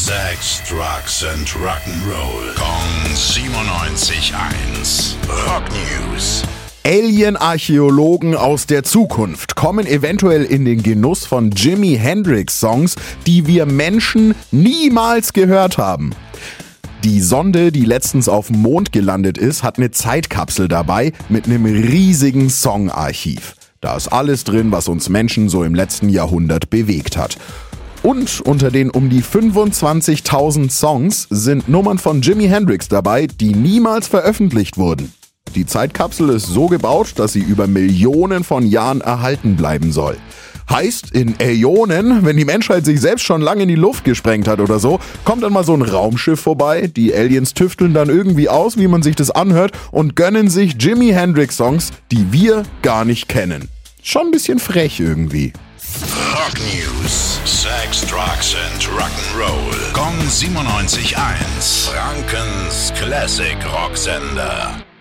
Sex, Drugs and Rock'n'Roll. Kong 97.1. Rock News. Alien-Archäologen aus der Zukunft kommen eventuell in den Genuss von Jimi Hendrix-Songs, die wir Menschen niemals gehört haben. Die Sonde, die letztens auf dem Mond gelandet ist, hat eine Zeitkapsel dabei mit einem riesigen Songarchiv. Da ist alles drin, was uns Menschen so im letzten Jahrhundert bewegt hat. Und unter den um die 25.000 Songs sind Nummern von Jimi Hendrix dabei, die niemals veröffentlicht wurden. Die Zeitkapsel ist so gebaut, dass sie über Millionen von Jahren erhalten bleiben soll. Heißt, in Äonen, wenn die Menschheit sich selbst schon lange in die Luft gesprengt hat oder so, kommt dann mal so ein Raumschiff vorbei, die Aliens tüfteln dann irgendwie aus, wie man sich das anhört, und gönnen sich Jimi Hendrix-Songs, die wir gar nicht kennen. Schon ein bisschen frech irgendwie. Rock News. Sex, Drugs and Rock'n'Roll. Kong 97.1. Frankens Classic Rocksender.